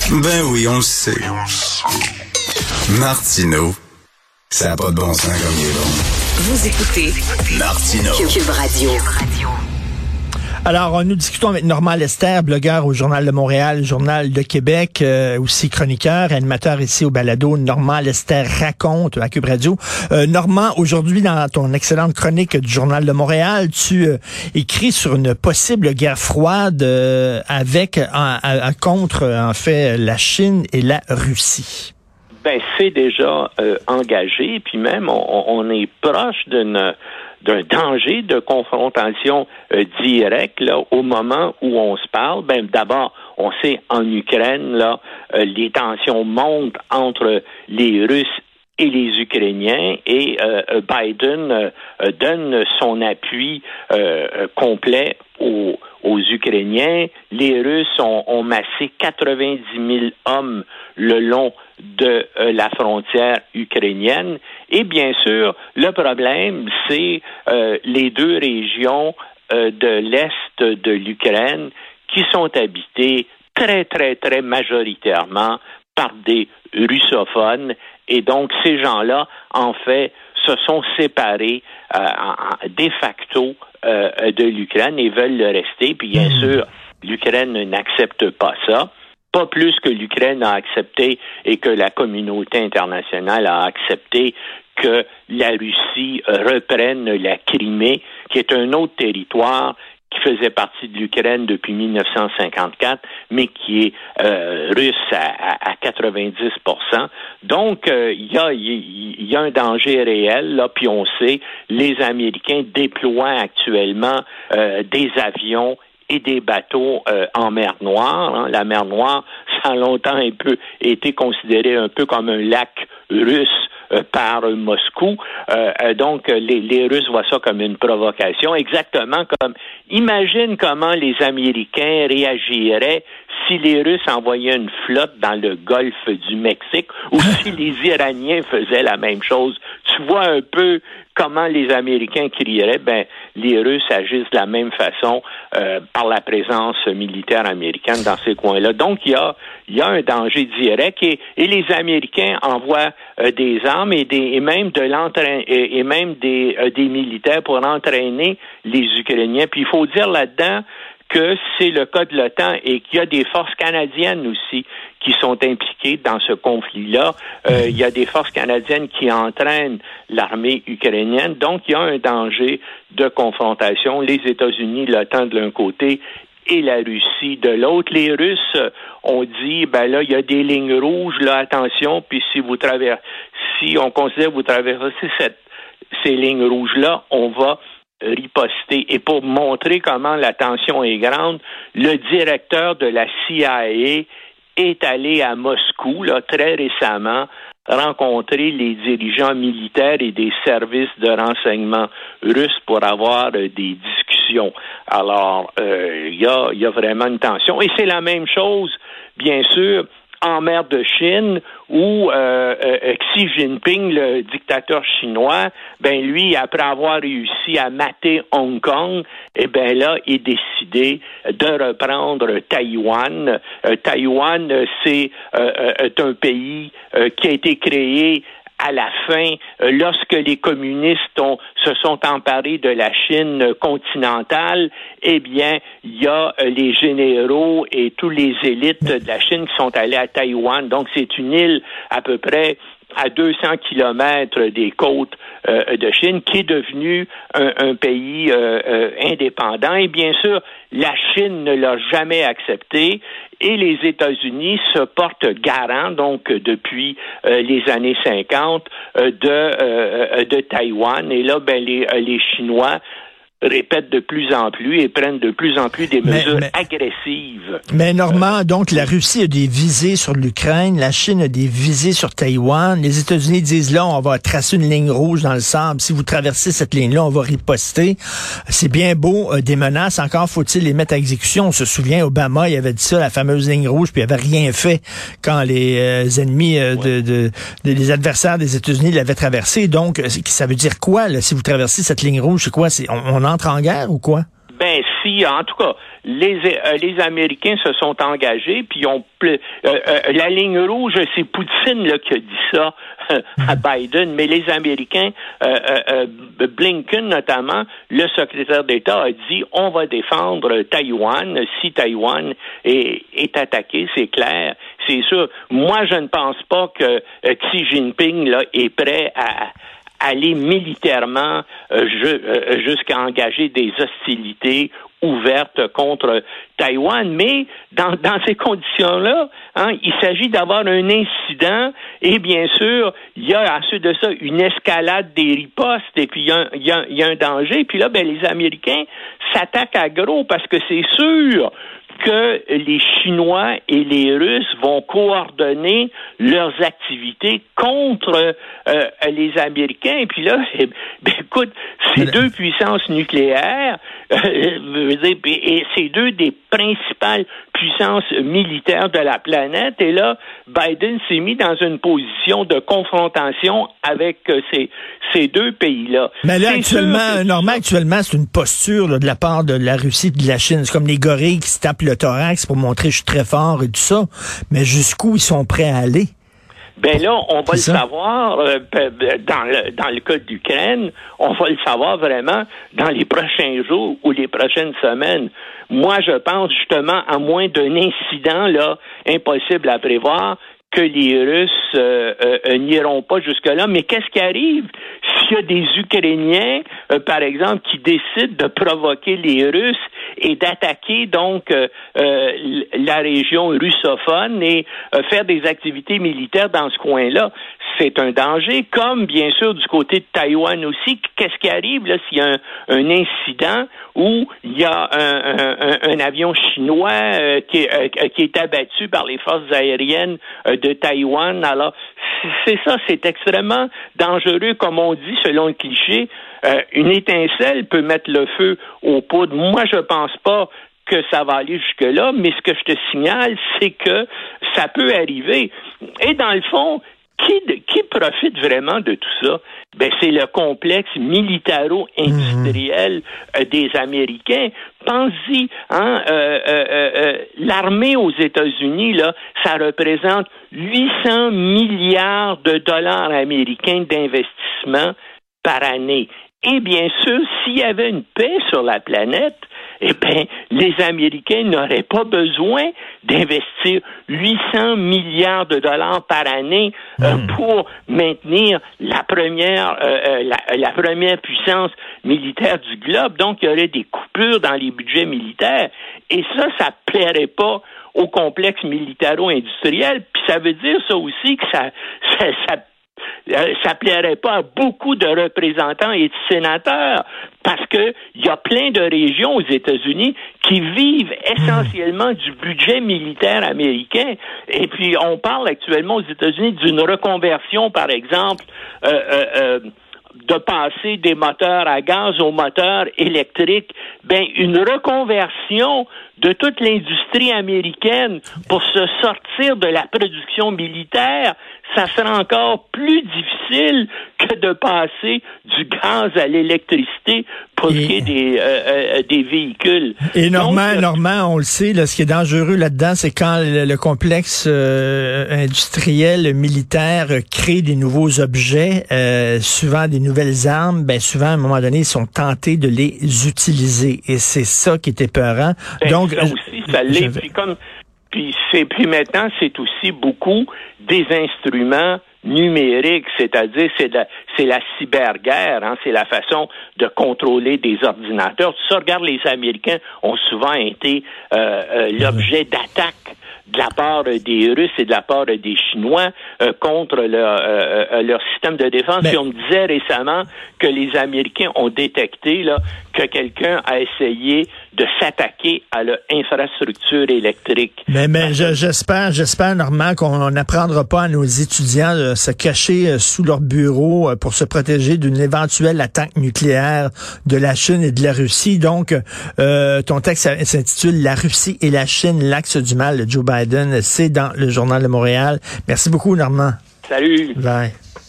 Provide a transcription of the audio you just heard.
Ben oui, on le sait. Martineau, ça n'a pas de bon sens comme il est bon. Vous écoutez Martineau. Cube Radio. Alors, nous discutons avec Normand Lester, blogueur au Journal de Montréal, Journal de Québec, aussi chroniqueur, animateur ici au balado. Normand Lester raconte à Cube Radio. Normand, aujourd'hui, dans ton excellente chronique du Journal de Montréal, tu écris sur une possible guerre froide contre, en fait, la Chine et la Russie. Ben, c'est déjà engagé, puis même on est proche d'un danger de confrontation directe là, au moment où on se parle. Ben, d'abord, on sait en Ukraine, là, les tensions montent entre les Russes et les Ukrainiens, et Biden donne son appui complet aux Ukrainiens. Les Russes ont massé 90 000 hommes le long de la frontière ukrainienne. Et bien sûr, le problème, c'est les deux régions de l'Est de l'Ukraine qui sont habitées très, très, très majoritairement par des russophones. Et donc, ces gens-là, en fait, se sont séparés de facto de l'Ukraine et veulent le rester. Puis, bien sûr, l'Ukraine n'accepte pas ça. Pas plus que l'Ukraine a accepté et que la communauté internationale a accepté que la Russie reprenne la Crimée, qui est un autre territoire qui faisait partie de l'Ukraine depuis 1954, mais qui est russe à 90%. Donc, il y a un danger réel, là, puis on sait, les Américains déploient actuellement des avions et des bateaux en mer Noire. Hein. La mer Noire, ça a longtemps été considéré un peu comme un lac russe par Moscou. Donc, les Russes voient ça comme une provocation, exactement comme... Imagine comment les Américains réagiraient si les Russes envoyaient une flotte dans le golfe du Mexique ou si les Iraniens faisaient la même chose. Tu vois un peu comment les Américains crieraient. Ben, les Russes agissent de la même façon par la présence militaire américaine dans ces coins-là. Donc, il y a un danger direct et les Américains envoient des armes et même des militaires pour entraîner les Ukrainiens. Puis il faut dire là-dedans que c'est le cas de l'OTAN et qu'il y a des forces canadiennes aussi qui sont impliquées dans ce conflit-là. Il y a des forces canadiennes qui entraînent l'armée ukrainienne. Donc, il y a un danger de confrontation. Les États-Unis, l'OTAN de l'un côté et la Russie de l'autre. Les Russes ont dit, ben là, il y a des lignes rouges, là, attention, puis si on considère que vous traversez ces lignes rouges-là, on va riposter. Et pour montrer comment la tension est grande, le directeur de la CIA est allé à Moscou, là, très récemment, rencontrer les dirigeants militaires et des services de renseignement russes pour avoir des discussions. Alors, il y a vraiment une tension. Et c'est la même chose, bien sûr, en mer de Chine, où Xi Jinping, le dictateur chinois, ben lui, après avoir réussi à mater Hong Kong, ben là, est décidé de reprendre Taïwan. Taïwan, c'est un pays qui a été créé à la fin, lorsque les communistes se sont emparés de la Chine continentale, eh bien, il y a les généraux et tous les élites de la Chine qui sont allés à Taïwan. Donc, c'est une île à peu près à 200 kilomètres des côtes de Chine, qui est devenu un pays indépendant. Et bien sûr, la Chine ne l'a jamais accepté et les États-Unis se portent garants, donc depuis les années 50, de Taïwan. Et là, ben les Chinois répètent de plus en plus et prennent de plus en plus des mesures agressives. Mais Normand, donc la Russie a des visées sur l'Ukraine, la Chine a des visées sur Taïwan, les États-Unis disent là, on va tracer une ligne rouge dans le sable, si vous traversez cette ligne-là, on va riposter. C'est bien beau, des menaces, encore faut-il les mettre à exécution. On se souvient, Obama, il avait dit ça, la fameuse ligne rouge, puis il avait rien fait quand les ennemis les adversaires des États-Unis l'avaient traversé. Donc, ça veut dire quoi, là, si vous traversez cette ligne rouge, c'est quoi? On entre en guerre ou quoi? Ben si, en tout cas, les Américains se sont engagés, puis la ligne rouge, c'est Poutine là, qui a dit ça à Biden, mais les Américains, Blinken notamment, le secrétaire d'État a dit on va défendre Taïwan si Taïwan est attaqué, c'est clair, c'est sûr. Moi, je ne pense pas que Xi Jinping là, est prêt à aller militairement jusqu'à engager des hostilités ouvertes contre Taïwan, mais dans ces conditions-là, il s'agit d'avoir un incident et bien sûr, il y a ensuite de ça une escalade des ripostes et puis il y a un danger. Puis là, les Américains s'attaquent à gros parce que c'est sûr que les Chinois et les Russes vont coordonner leurs activités contre les Américains. Et puis là, écoute, ces deux puissances nucléaires, et ces deux des principales puissances militaires de la planète. Et là, Biden s'est mis dans une position de confrontation avec ces deux pays-là. Mais là, actuellement, c'est une posture là, de la part de la Russie et de la Chine. C'est comme les gorilles qui se tapent le thorax pour montrer je suis très fort et tout ça. Mais jusqu'où ils sont prêts à aller? Ben là, on va le savoir dans le cas d'Ukraine, on va le savoir vraiment dans les prochains jours ou les prochaines semaines. Moi, je pense justement, à moins d'un incident là impossible à prévoir, que les Russes n'iront pas jusque-là. Mais qu'est-ce qui arrive s'il y a des Ukrainiens, par exemple, qui décident de provoquer les Russes et d'attaquer donc la région russophone et faire des activités militaires dans ce coin-là? C'est un danger, comme bien sûr du côté de Taïwan aussi. Qu'est-ce qui arrive là s'il y a un incident où il y a un avion chinois qui est abattu par les forces aériennes de Taïwan? Alors, c'est ça, c'est extrêmement dangereux, comme on dit, selon le cliché. Une étincelle peut mettre le feu aux poudres. Moi, je pense pas que ça va aller jusque-là, mais ce que je te signale, c'est que ça peut arriver. Et dans le fond, qui profite vraiment de tout ça? Ben, c'est le complexe militaro-industriel des Américains. Pense-y, l'armée aux États-Unis, là, ça représente 800 milliards de dollars américains d'investissement par année. Et bien sûr, s'il y avait une paix sur la planète, eh bien, les Américains n'auraient pas besoin d'investir 800 milliards de dollars par année pour maintenir la première puissance militaire du globe. Donc, il y aurait des coupures dans les budgets militaires. Et ça plairait pas au complexe militaro-industriel. Puis ça veut dire ça aussi que ça plairait pas à beaucoup de représentants et de sénateurs parce que il y a plein de régions aux États-Unis qui vivent essentiellement du budget militaire américain. Et puis, on parle actuellement aux États-Unis d'une reconversion, par exemple, de passer des moteurs à gaz aux moteurs électriques. Ben, une reconversion de toute l'industrie américaine pour se sortir de la production militaire, ça sera encore plus difficile que de passer du gaz à l'électricité pour ce qui est des véhicules. Et Normand, on le sait, là, ce qui est dangereux là-dedans, c'est quand le complexe industriel, militaire crée des nouveaux objets, souvent des nouvelles armes, ben souvent, à un moment donné, ils sont tentés de les utiliser. Et c'est ça qui est épeurant. Donc, ça aussi, ça l'est. Puis maintenant, c'est aussi beaucoup des instruments numériques, c'est-à-dire c'est la cyberguerre, c'est la façon de contrôler des ordinateurs. Tout ça, regarde, les Américains ont souvent été l'objet d'attaques de la part des Russes et de la part des Chinois contre leur système de défense. Et on me disait récemment que les Américains ont détecté là que quelqu'un a essayé de s'attaquer à leur infrastructure électrique. Mais j'espère, Normand, qu'on n'apprendra pas à nos étudiants de se cacher sous leur bureau pour se protéger d'une éventuelle attaque nucléaire de la Chine et de la Russie. Donc, ton texte s'intitule « La Russie et la Chine, l'axe du mal » de Joe Biden. C'est dans le Journal de Montréal. Merci beaucoup, Normand. Salut. Bye.